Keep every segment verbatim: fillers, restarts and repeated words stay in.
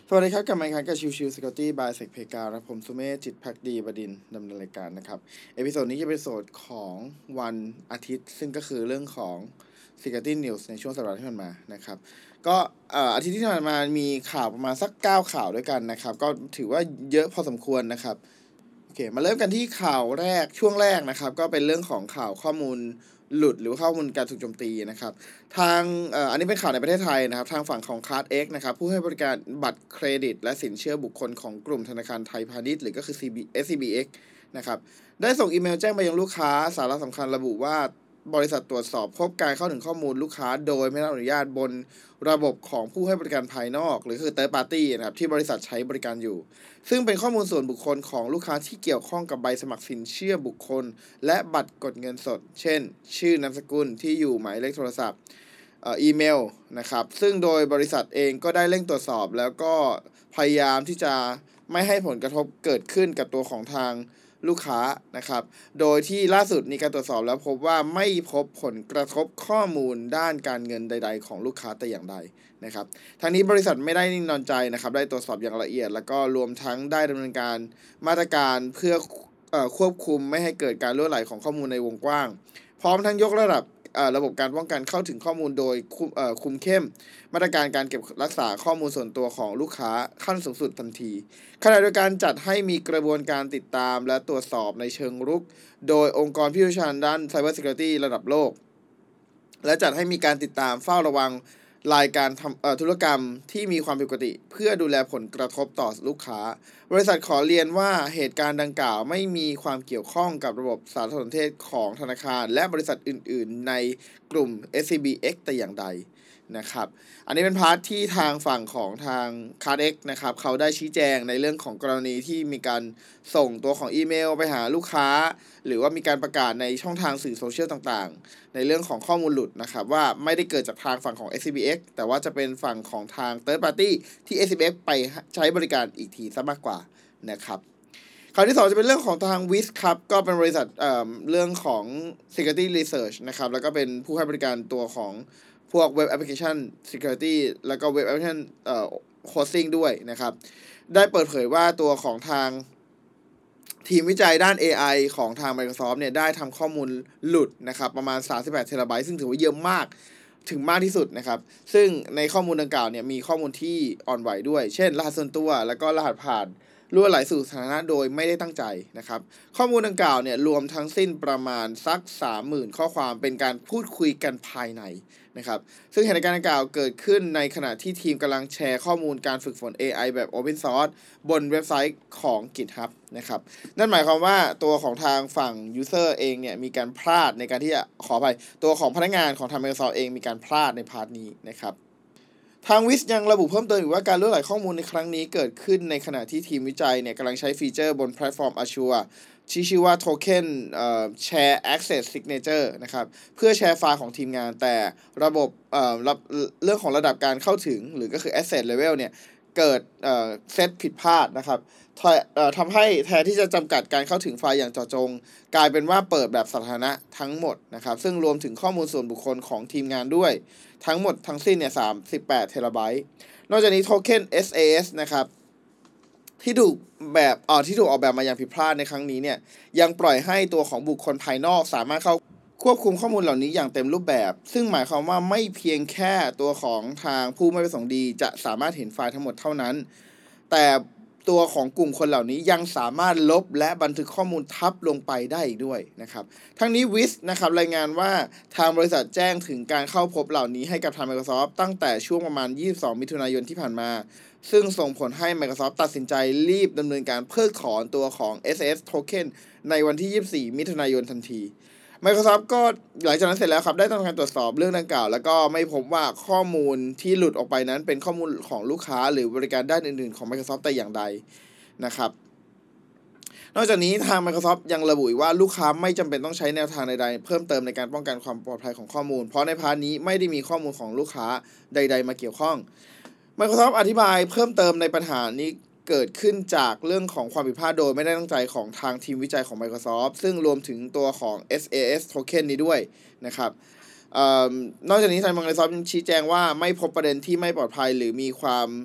สวัสดีครับกลับมาอีกครั้งกับชิวชิว Security by เซกเพกาและผมสุเมธจิตภักดีบดินทร์ดำเนินรายการนะครับเอพิโซดนี้จะเป็นเอพิโซดของวันอาทิตย์ซึ่งก็คือเรื่องของ Security News ในช่วงสัปดาห์ที่ผ่านมานะครับก็เอ่ออาทิตย์ที่ผ่านมามีข่าวประมาณสักเก้าข่าวด้วยกันนะครับก็ถือว่าเยอะพอสมควรนะครับโอเคมาเริ่มกันที่ข่าวแรกช่วงแรกนะครับก็เป็นเรื่องของข่าวข้อมูลหลุดหรือข้อมูลการถูกโจมตีนะครับทางเอ่ออันนี้เป็นข่าวในประเทศไทยนะครับทางฝั่งของ CardX นะครับผู้ให้บริการบัตรเครดิตและสินเชื่อบุคคลของกลุ่มธนาคารไทยพาณิชย์หรือก็คือ เอส ซี บี เอ็กซ์ นะครับได้ส่งอีเมลแจ้งไปยังลูกค้าสาระสำคัญระบุว่าบริษัทตรวจสอบพบการเข้าถึงข้อมูลลูกค้าโดยไม่ได้รับอนุญาตบนระบบของผู้ให้บริการภายนอกหรือคือ third party นะครับที่บริษัทใช้บริการอยู่ซึ่งเป็นข้อมูลส่วนบุคคลของลูกค้าที่เกี่ยวข้องกับใบสมัครสินเชื่อบุคคลและบัตรกดเงินสดเช่นชื่อนามสกุลที่อยู่หมายเลขโทรศัพท์เอ่ออีเมลนะครับซึ่งโดยบริษัทเองก็ได้เร่งตรวจสอบแล้วก็พยายามที่จะไม่ให้ผลกระทบเกิดขึ้นกับตัวของทางลูกค้านะครับโดยที่ล่าสุดมีการตรวจสอบแล้วพบว่าไม่พบผลกระทบข้อมูลด้านการเงินใดๆของลูกค้าแต่อย่างใดนะครับทางนี้บริษัทไม่ได้นิ่งนอนใจนะครับได้ตรวจสอบอย่างละเอียดแล้วก็รวมทั้งได้ดำเนินการมาตรการเพื่อเอ่อควบคุมไม่ให้เกิดการรั่วไหลของข้อมูลในวงกว้างพร้อมทั้งยกระดับระบบการป้องกันเข้าถึงข้อมูลโดยคุมเข้มมาตรการการเก็บรักษาข้อมูลส่วนตัวของลูกค้าขั้นสูงสุดทันทีขณะเดียวกันจัดให้มีกระบวนการติดตามและตรวจสอบในเชิงรุกโดยองค์กรผู้เชี่ยวชาญด้าน Cyber Security ระดับโลกและจัดให้มีการติดตามเฝ้าระวังรายการทำธุรกรรมที่มีความผิดปกติเพื่อดูแลผลกระทบต่อลูกค้าบริษัทขอเรียนว่าเหตุการณ์ดังกล่าวไม่มีความเกี่ยวข้องกับระบบสารสนเทศของธนาคารและบริษัทอื่นๆในกลุ่ม เอส ซี บี เอ็กซ์ แต่อย่างใดนะครับอันนี้เป็นพาร์ทที่ทางฝั่งของทาง CardX นะครับเขาได้ชี้แจงในเรื่องของกรณีที่มีการส่งตัวของอีเมลไปหาลูกค้าหรือว่ามีการประกาศในช่องทางสื่อโซเชียลต่างๆในเรื่องของข้อมูลหลุดนะครับว่าไม่ได้เกิดจากทางฝั่งของ เอส ซี บี เอ็กซ์ แต่ว่าจะเป็นฝั่งของทาง Third Party ที่ เอส ซี บี เอ็กซ์ ไปใช้บริการอีกทีซะมากกว่านะครับข่าวที่สองจะเป็นเรื่องของทาง วิส ครับก็เป็นบริษัท เอ่อ เรื่องของ Security Research นะครับแล้วก็เป็นผู้ให้บริการตัวของพวก Web Application Security แล้วก็ Web Application เอ่อ Hosting ด้วยนะครับได้เปิดเผยว่าตัวของทางทีมวิจัยด้าน เอ ไอ ของทาง Microsoft เนี่ยได้ทำข้อมูลหลุดนะครับประมาณสามสิบแปดเทราไบต์ซึ่งถือว่าเยอะมากถึงมากที่สุดนะครับซึ่งในข้อมูลดังกล่าวเนี่ยมีข้อมูลที่อ่อนไหวด้วยเช่นรหัสส่วนตัวแล้วก็รหัสผ่านรั่วไหลสู่สาธารณะโดยไม่ได้ตั้งใจนะครับข้อมูลดังกล่าวเนี่ยรวมทั้งสิ้นประมาณสัก สามหมื่น ข้อความเป็นการพูดคุยกันภายในนะครับซึ่งเหตุการณ์ดังกล่าวเกิดขึ้นในขณะที่ทีมกำลังแชร์ข้อมูลการฝึกฝน เอ ไอ แบบ Open Source บนเว็บไซต์ของ GitHub นะครับนั่นหมายความว่าตัวของทางฝั่ง User เองเนี่ยมีการพลาดในการที่จะขออภัยตัวของพนักงานของทาง Microsoft เองมีการพลาดในพาร์ทนี้นะครับทาง วิส ยังระบุเพิ่มเติมอีกว่าการรั่วไหลข้อมูลในครั้งนี้เกิดขึ้นในขณะที่ทีมวิจัยเนี่ยกำลังใช้ฟีเจอร์บนแพลตฟอร์ม Azure ที่ชื่อว่า Token เอ่อ Share Access Signature นะครับเพื่อแชร์ไฟล์ของทีมงานแต่ระบบเอ่อเรื่องของระดับการเข้าถึงหรือก็คือ Asset Level เนี่ยเกิดเอ่อเซตผิดพลาดนะครับทำให้แทนที่จะจำกัดการเข้าถึงไฟล์อย่างเจาะจงกลายเป็นว่าเปิดแบบสาธารณะทั้งหมดนะครับซึ่งรวมถึงข้อมูลส่วนบุคคลของทีมงานด้วยทั้งหมดทั้งสิ้นเนี่ยสามสิบแปดเทราไบต์นอกจากนี้โทเค็น เอส เอ เอส นะครับที่ถูกแบบอ่อที่ถูกออกแบบมาอย่างผิดพลาดในครั้งนี้เนี่ยยังปล่อยให้ตัวของบุคคลภายนอกสามารถเข้าควบคุมข้อมูลเหล่านี้อย่างเต็มรูปแบบซึ่งหมายความว่าไม่เพียงแค่ตัวของทางผู้ไม่ประสงค์ดีจะสามารถเห็นไฟล์ทั้งหมดเท่านั้นแต่ตัวของกลุ่มคนเหล่านี้ยังสามารถลบและบันทึกข้อมูลทับลงไปได้อีกด้วยนะครับทั้งนี้ วิส นะครับรายงานว่าทางบริษัทแจ้งถึงการเข้าพบเหล่านี้ให้กับทาง Microsoft ตั้งแต่ช่วงประมาณยี่สิบสองมิถุนายนที่ผ่านมาซึ่งส่งผลให้ Microsoft ตัดสินใจรีบดำเนินการเพิกถอนตัวของ เอส เอ เอส Token ในวันที่ยี่สิบสี่มิถุนายนทันที Microsoft ก็หลังจากนั้นเสร็จแล้วครับได้ทำการตรวจสอบเรื่องดังกล่าวแล้วก็ไม่พบว่าข้อมูลที่หลุดออกไปนั้นเป็นข้อมูลของลูกค้าหรือบริการด้านอื่นๆของ Microsoft แต่อย่างใดนะครับนอกจากนี้ทาง Microsoft ยังระบุอีกว่าลูกค้าไม่จำเป็นต้องใช้แนวทางใดๆเพิ่มเติมในการป้องกันความปลอดภัยของข้อมูลเพราะในพาร์ทนี้ไม่ได้มีข้อมูลของลูกค้าใดๆมาเกี่ยวข้อง Microsoft อธิบายเพิ่มเติมในปัญหานี้เกิดขึ้นจากเรื่องของความผิดพลาดโดยไม่ได้ตั้งใจของทางทีมวิจัยของ Microsoft ซึ่งรวมถึงตัวของ เอส เอ เอส Token นี้ด้วยนะครับเอ่อนอกจากนี้ทาง Microsoft ยังชี้แจงว่าไม่พบประเด็นที่ไม่ปลอดภัยหรือมีความ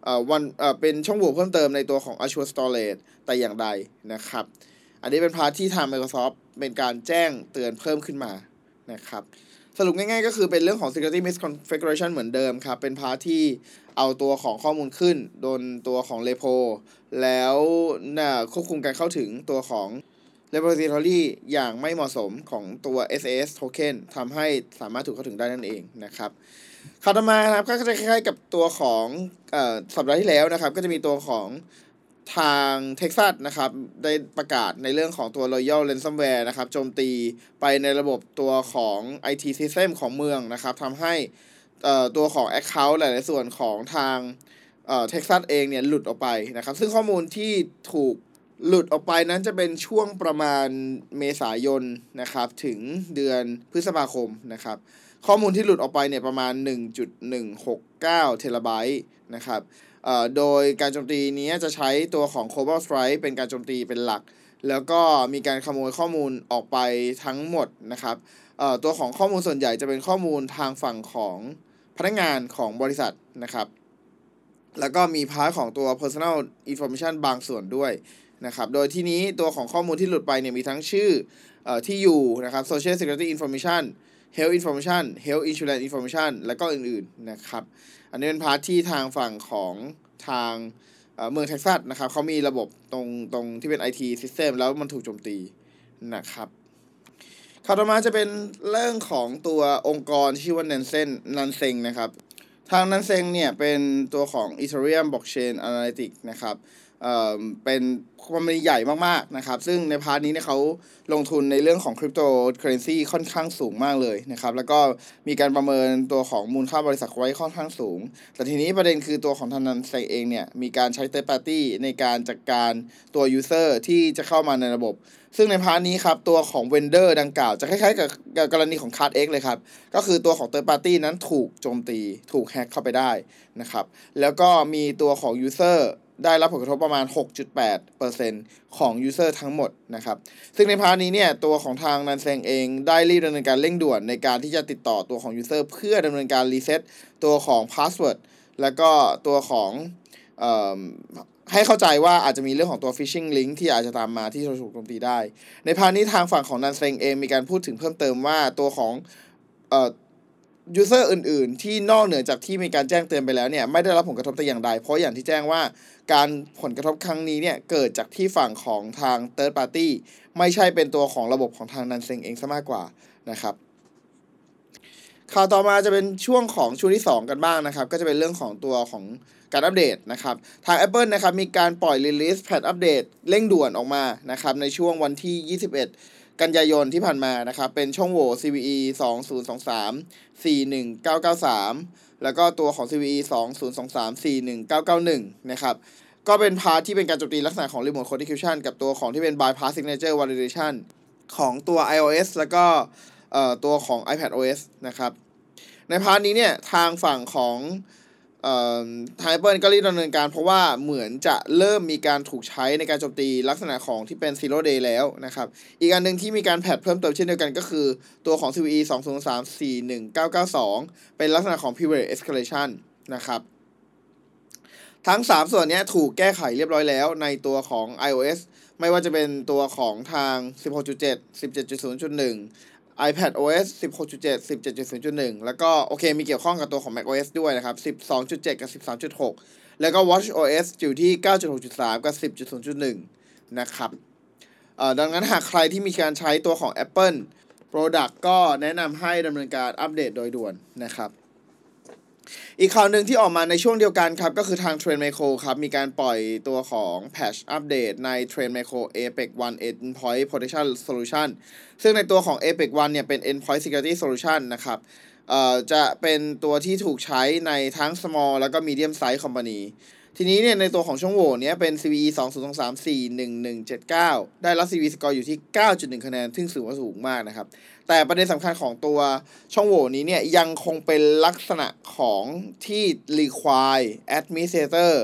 เอ่อวันเอ่อเป็นช่องโหว่เพิ่มเติมในตัวของ Azure Storage แต่อย่างใดนะครับอันนี้เป็นพาร์ทที่ทาง Microsoft เป็นการแจ้งเตือนเพิ่มขึ้นมานะครับสรุปง่ายๆก็คือเป็นเรื่องของ security misconfiguration เหมือนเดิมครับเป็นพาร์ทที่เอาตัวของข้อมูลขึ้นโดนตัวของ repo แล้วน่ะควบคุมการเข้าถึงตัวของ repository อย่างไม่เหมาะสมของตัว เอส เอ เอส token ทำให้สามารถถูกเข้าถึงได้นั่นเองนะครับข่าวต่อมาครับก็จะคล้ายๆกับตัวของเอ่อสัปดาห์ที่แล้วนะครับก็จะมีตัวของทางเท็กซัสนะครับได้ประกาศในเรื่องของตัว Royal Ransomware นะครับโจมตีไปในระบบตัวของ ไอ ที System ของเมืองนะครับทำให้เอ่อตัวของ Account หลายๆส่วนของทางเอ่อเท็กซัสเองเนี่ยหลุดออกไปนะครับซึ่งข้อมูลที่ถูกหลุดออกไปนั้นจะเป็นช่วงประมาณเมษายนนะครับถึงเดือนพฤษภาคมนะครับข้อมูลที่หลุดออกไปเนี่ยประมาณ หนึ่งจุดหนึ่งหกเก้า เทราไบต์นะครับเอ่อโดยการโจมตีนี้จะใช้ตัวของ Cobalt Strike เป็นการโจมตีเป็นหลักแล้วก็มีการขโมยข้อมูลออกไปทั้งหมดนะครับเอ่อตัวของข้อมูลส่วนใหญ่จะเป็นข้อมูลทางฝั่งของพนักงานของบริษัทนะครับแล้วก็มีพาร์ทของตัว personal information บางส่วนด้วยนะครับโดยที่นี้ตัวของข้อมูลที่หลุดไปเนี่ยมีทั้งชื่อเอ่อที่อยู่นะครับ social security information health information health insurance information แล้วก็อื่นๆนะครับอันนี้เป็นพาร์ทที่ทางฝั่งของทางเอ่อเมืองเท็กซัสนะครับเขามีระบบตรงตรงที่เป็น ไอ ที system แล้วมันถูกโจมตีนะครับข่าวต่อมาจะเป็นเรื่องของตัวองค์กรที่ชื่อว่า Nansen Nanseng นะครับทาง Nanseng เนี่ยเป็นตัวของ Ethereum Blockchain Analytics นะครับเอ่อเป็นคอมพานีใหญ่มากๆนะครับซึ่งในพาร์ทนี้เนี่ยเขาลงทุนในเรื่องของคริปโตเคอเรนซีค่อนข้างสูงมากเลยนะครับแล้วก็มีการประเมินตัวของมูลค่าบริษัทไว้ค่อนข้างสูงแต่ทีนี้ประเด็นคือตัวของทางนันเซงเองเนี่ยมีการใช้ third party ในการจัดการตัว user ที่จะเข้ามาในระบบซึ่งในพาร์ทนี้ครับตัวของ vendor ดังกล่าวจะคล้ายๆกับกรณีของ CardX เลยครับก็คือตัวของ third party นั้นถูกโจมตีถูกแฮกเข้าไปได้นะครับแล้วก็มีตัวของ userได้รับผลกระทบประมาณ หกจุดแปดเปอร์เซ็นต์ ของ user ทั้งหมดนะครับซึ่งในพาร์ทนี้เนี่ยตัวของทางนันเซงเองได้รีบดำเนินการเร่งด่วนในการที่จะติดต่อตัวของ user เพื่อดำเนินการรีเซ็ตตัวของ password แล้วก็ตัวของเอ่อให้เข้าใจว่าอาจจะมีเรื่องของตัว phishing link ที่อาจจะตามมาที่ถูกโจมตีได้ในพาร์ทนี้ทางฝั่งของนันเซงเองมีการพูดถึงเพิ่มเติมว่าตัวของเอ่อยูเซอร์อื่นๆที่นอกเหนือจากที่มีการแจ้งเตือนไปแล้วเนี่ยไม่ได้รับผลกระทบแต่อย่างใดเพราะอย่างที่แจ้งว่าการผลกระทบครั้งนี้เนี่ยเกิดจากที่ฝั่งของทาง third party ไม่ใช่เป็นตัวของระบบของทางนันเซงเองซะมากกว่านะครับข่าวต่อมาจะเป็นช่วงของช่วงที่สองกันบ้างนะครับก็จะเป็นเรื่องของตัวของการอัปเดตนะครับทาง Apple นะครับมีการปล่อย release patch อัปเดตเร่งด่วนออกมานะครับในช่วงวันที่ยี่สิบเอ็ดกันยายนที่ผ่านมานะครับเป็นช่องโหว่ ซี วี อี สองพันยี่สิบสาม สี่หนึ่งเก้าเก้าสามแล้วก็ตัวของ ซี วี อี สองพันยี่สิบสาม สี่หนึ่งเก้าเก้าหนึ่งนะครับก็เป็นพาร์ทที่เป็นการโจมตีลักษณะของ Remote Code Execution กับตัวของที่เป็น Bypass Signature Validation ของตัว iOS แล้วก็เอ่อตัวของ iPadOS นะครับในพาร์ทนี้เนี่ยทางฝั่งของเอ่อทาง Apple ก็รีบดำเนินการเพราะว่าเหมือนจะเริ่มมีการถูกใช้ในการโจมตีลักษณะของที่เป็น Zero Day แล้วนะครับอีกอันหนึ่งที่มีการแพทเพิ่มเติมเช่นเดียวกันก็คือตัวของ ซี วี อี สองพันยี่สิบสาม สี่หนึ่งเก้าเก้าสองเป็นลักษณะของ Privilege Escalation นะครับทั้งสามส่วนนี้ถูกแก้ไขเรียบร้อยแล้วในตัวของ iOS ไม่ว่าจะเป็นตัวของทาง สิบหกจุดเจ็ด สิบเจ็ดจุดศูนย์จุดหนึ่ง iPadOS สิบหกจุดเจ็ด สิบเจ็ดจุดศูนย์จุดหนึ่ง แล้วก็โอเคมีเกี่ยวข้องกับตัวของ macOS ด้วยนะครับ สิบสองจุดเจ็ด กับ สิบสามจุดหก แล้วก็ watchOS อยู่ที่ เก้าจุดหกจุดสาม กับ สิบจุดศูนย์จุดหนึ่ง นะครับเอ่อดังนั้นหากใครที่มีการใช้ตัวของ Apple Product ก็แนะนำให้ดำเนินการอัปเดตโดยด่วนนะครับอีกข่าวหนึ่งที่ออกมาในช่วงเดียวกันครับก็คือทาง Trend Micro ครับมีการปล่อยตัวของ patch อัปเดตใน Trend Micro เอ พี อี ซี วัน Endpoint Protection Solution ซึ่งในตัวของ เอ พี อี ซี วันเนี่ยเป็น Endpoint Security Solution นะครับเอ่อจะเป็นตัวที่ถูกใช้ในทั้ง small แล้วก็ medium size company ทีนี้เนี่ยในตัวของช่องโหว่เนี้ยเป็น ซี วี อี สองพันยี่สิบสาม สี่หนึ่งหนึ่งเจ็ดเก้าได้รับ ซี วี อี score อยู่ที่ เก้าจุดหนึ่ง คะแนนซึ่งถือว่าสูงมากนะครับแต่ประเด็นสำคัญของตัวช่องโหว่นี้เนี่ยยังคงเป็นลักษณะของที่ require administrator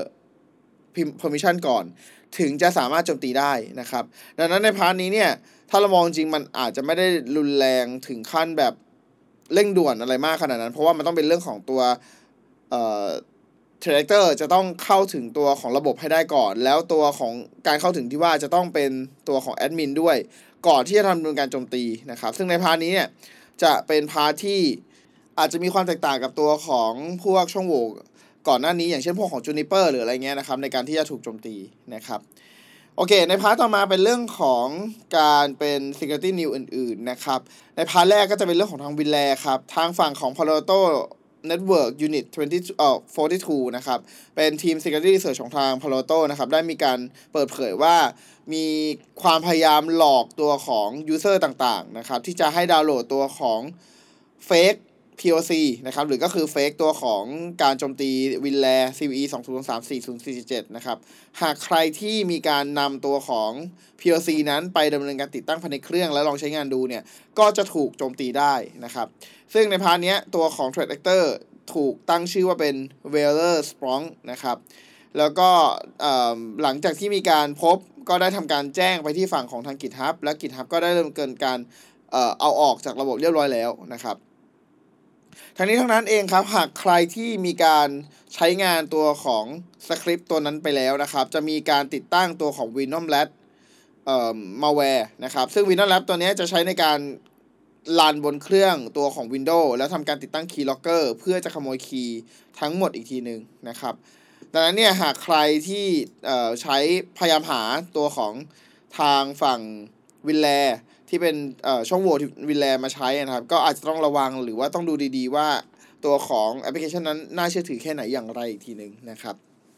permission ก่อนถึงจะสามารถโจมตีได้นะครับดังนั้นในพาร์ทนี้เนี่ยถ้าเรามองจริงมันอาจจะไม่ได้รุนแรงถึงขั้นแบบเร่งด่วนอะไรมากขนาดนั้นเพราะว่ามันต้องเป็นเรื่องของตัวเอ่อ Threat จะต้องเข้าถึงตัวของระบบให้ได้ก่อนแล้วตัวของการเข้าถึงที่ว่าจะต้องเป็นตัวของแอดมินด้วยก่อนที่จะทำดำเนินการโจมตีนะครับซึ่งในพาร์ทนี้เนี่ยจะเป็นพาร์ทที่อาจจะมีความแตกต่างกับตัวของพวกช่องโหว่ก่อนหน้านี้อย่างเช่นพวกของ Juniper หรืออะไรเงี้ยนะครับในการที่จะถูกโจมตีนะครับโอเคในพาร์ทต่อมาเป็นเรื่องของการเป็น security news อื่นๆนะครับในพาร์ทแรกก็จะเป็นเรื่องของทาง WinLayer ครับทางฝั่งของ Palo Alto Network Unit ยี่สิบเอ่อสี่สิบสองนะครับเป็นทีม Security Research ของทาง Palo Alto นะครับได้มีการเปิดเผยว่ามีความพยายามหลอกตัวของ User ต่างๆนะครับที่จะให้ดาวน์โหลดตัวของ Fake พี โอ ซี นะครับหรือก็คือ Fake ตัวของการโจมตี WinLayer ซี วี อี สอง ศูนย์ สาม สี่ ศูนย์ สี่ เจ็ด นะครับหากใครที่มีการนำตัวของ พี โอ ซี นั้นไปดำเนินการติดตั้งภายในเครื่องแล้วลองใช้งานดูเนี่ยก็จะถูกโจมตีได้นะครับซึ่งในพาร์ทนี้ตัวของ Threat Actor ถูกตั้งชื่อว่าเป็น Weller Splunk นะครับแล้วก็หลังจากที่มีการพบก็ได้ทำการแจ้งไปที่ฝั่งของทาง GitHub และ GitHub ก็ได้ดำเนินการเอ่อเอาออกจากระบบเรียบร้อยแล้วนะครับทั้งนี้ทั้งนั้นเองครับหากใครที่มีการใช้งานตัวของสคริปต์ตัวนั้นไปแล้วนะครับจะมีการติดตั้งตัวของ Venom Lab เอ่อ malware นะครับซึ่ง Venom Lab ตัวนี้จะใช้ในการรันบนเครื่องตัวของ Windows แล้วทำการติดตั้ง Keylogger เพื่อจะขโมยคีย์ทั้งหมดอีกทีหนึ่งนะครับดังนั้นเนี่ยหากใครที่ใช้พยายามหาตัวของทางฝั่ง WinLayer ที่เป็นช่องโหว่ที่ WinLayer มาใช้นะครับก็อาจจะต้องระวังหรือว่าต้องดูดีๆว่าตัวของแอปพลิเคชันนั้นน่าเชื่อถือแค่ไหนอย่างไรอีกทีหนึ่งนะครับ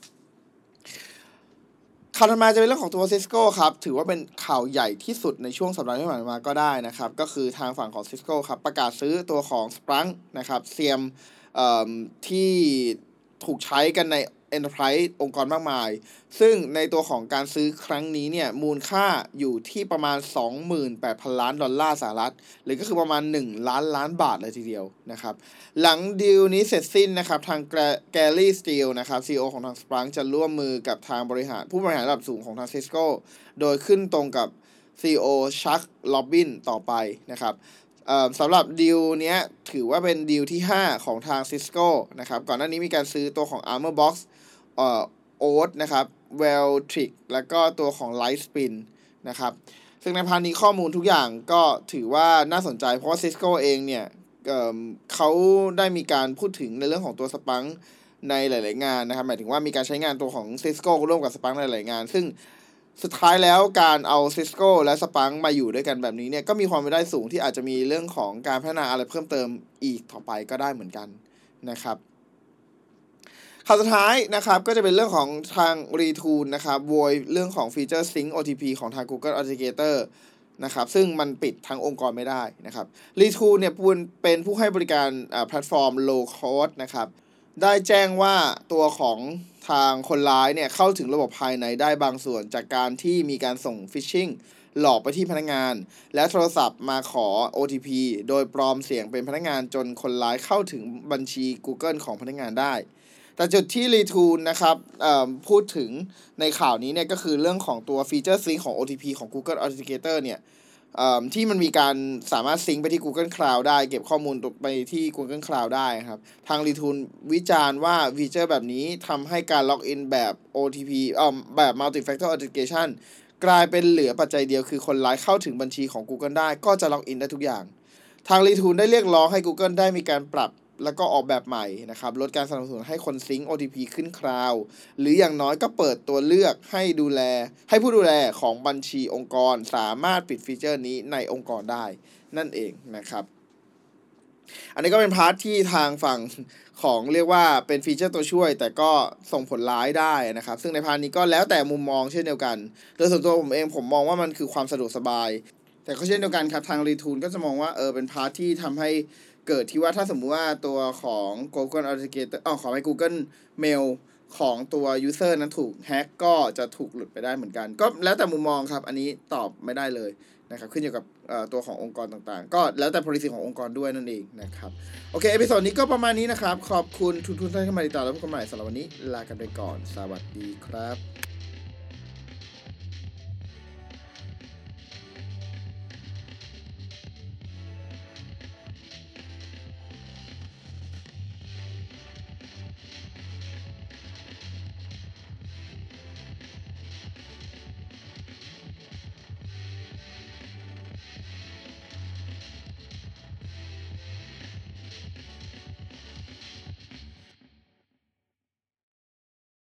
ข่าวถัดมาจะเป็นเรื่องของตัว Cisco ครับถือว่าเป็นข่าวใหญ่ที่สุดในช่วงสัปดาห์ที่ผ่านมาก็ได้นะครับก็คือทางฝั่งของ Cisco ครับประกาศซื้อตัวของ Splunk นะครับเซียมที่ถูกใช้กันใน Enterprise องค์กรมากมายซึ่งในตัวของการซื้อครั้งนี้เนี่ยมูลค่าอยู่ที่ประมาณ สองหมื่นแปดพัน ล้านดอลลาร์สหรัฐหรือก็คือประมาณหนึ่งล้านล้านบาทเลยทีเดียวนะครับหลังดีลนี้เสร็จสิ้นนะครับทางแกลลี่สตีลนะครับ ซี อี โอ ของทาง Splunk จะร่วมมือกับทางบริหารผู้บริหารระดับสูงของทาง Cisco โดยขึ้นตรงกับ ซี อี โอ ชักล็อบบินต่อไปนะครับสำหรับดีลนี้ถือว่าเป็นดีลที่ห้าของทาง Cisco นะครับก่อนหน้านี้มีการซื้อตัวของ Armorbox เอ่อ Oath นะครับ Veltric แล้วก็ตัวของ Lightspin นะครับซึ่งในพาร์ทนี้ข้อมูลทุกอย่างก็ถือว่าน่าสนใจเพราะว่า Cisco เองเนี่ย เอ่อเขาได้มีการพูดถึงในเรื่องของตัว Splunk ในหลายๆงานนะครับหมายถึงว่ามีการใช้งานตัวของ Cisco ร่วมกับ Splunk ในหลายๆงานซึ่งสุดท้ายแล้วการเอา Cisco และ Splunk มาอยู่ด้วยกันแบบนี้เนี่ยก็มีความเป็นได้สูงที่อาจจะมีเรื่องของการพัฒนาอะไรเพิ่มเติมอีกต่อไปก็ได้เหมือนกันนะครับข่าวสุดท้ายนะครับก็จะเป็นเรื่องของทาง Retool นะครับโวยเรื่องของฟีเจอร์ Sync โอ ที พี ของทาง Google Authenticator นะครับซึ่งมันปิดทั้งองค์กรไม่ได้นะครับ Retool เนี่ยเป็นผู้ให้บริการแพลตฟอร์ม Low Code นะครับได้แจ้งว่าตัวของทางคนร้ายเนี่ยเข้าถึงระบบภายในได้บางส่วนจากการที่มีการส่ง Phishing หลอกไปที่พนักงานและโทรศัพท์มาขอ โอ ที พี โดยปลอมเสียงเป็นพนักงานจนคนร้ายเข้าถึงบัญชี Google ของพนักงานได้แต่จุดที่ Retool นะครับพูดถึงในข่าวนี้เนี่ยก็คือเรื่องของตัวฟีเจอร์ซิงค์ของ โอ ที พี ของ Google Authenticator เนี่ยที่มันมีการสามารถซิงค์ไปที่ Google Cloud ได้เก็บข้อมูลไปที่ Google Cloud ได้ครับทาง Retool วิจารณ์ว่าฟีเจอร์แบบนี้ทำให้การล็อกอินแบบ โอ ที พี เอ่อแบบ Multi Factor Authentication กลายเป็นเหลือปัจจัยเดียวคือคนร้ายเข้าถึงบัญชีของ Google ได้ก็จะล็อกอินได้ทุกอย่างทาง Retool ได้เรียกร้องให้ Google ได้มีการปรับแล้วก็ออกแบบใหม่นะครับลดการสนับสนุนให้คนซิงค์ โอ ที พี ขึ้นคลาวด์หรืออย่างน้อยก็เปิดตัวเลือกให้ดูแลให้ผู้ดูแลของบัญชีองค์กรสามารถปิดฟีเจอร์นี้ในองค์กรได้นั่นเองนะครับอันนี้ก็เป็นพาร์ทที่ทางฝั่งของเรียกว่าเป็นฟีเจอร์ตัวช่วยแต่ก็ส่งผลร้ายได้นะครับซึ่งในพาร์ทนี้ก็แล้วแต่มุมมองเช่นเดียวกันโดยส่วนตัวผมเองผมมองว่ามันคือความสะดวกสบายแต่ก็เช่นเดียวกันครับทาง Retool ก็จะมองว่าเออเป็นพาร์ทที่ทำให้เกิดที่ว่าถ้าสมมุติว่าตัวของ Google Authenticator อ๋อขอไป Google Mail ของตัว user นั้นถูกแฮ็กก็จะถูกหลุดไปได้เหมือนกันก็แล้วแต่มุมมองครับอันนี้ตอบไม่ได้เลยนะครับขึ้นอยู่กับตัวขององค์กรต่างๆก็แล้วแต่ policy ขององค์กรด้วยนั่นเองนะครับโอเคเอพิโซดนี้ก็ประมาณนี้นะครับขอบคุณทุกท่านที่มาติดตามและพบกันใหม่สำหรับวันนี้ลากันไปก่อนสวัสดีครับ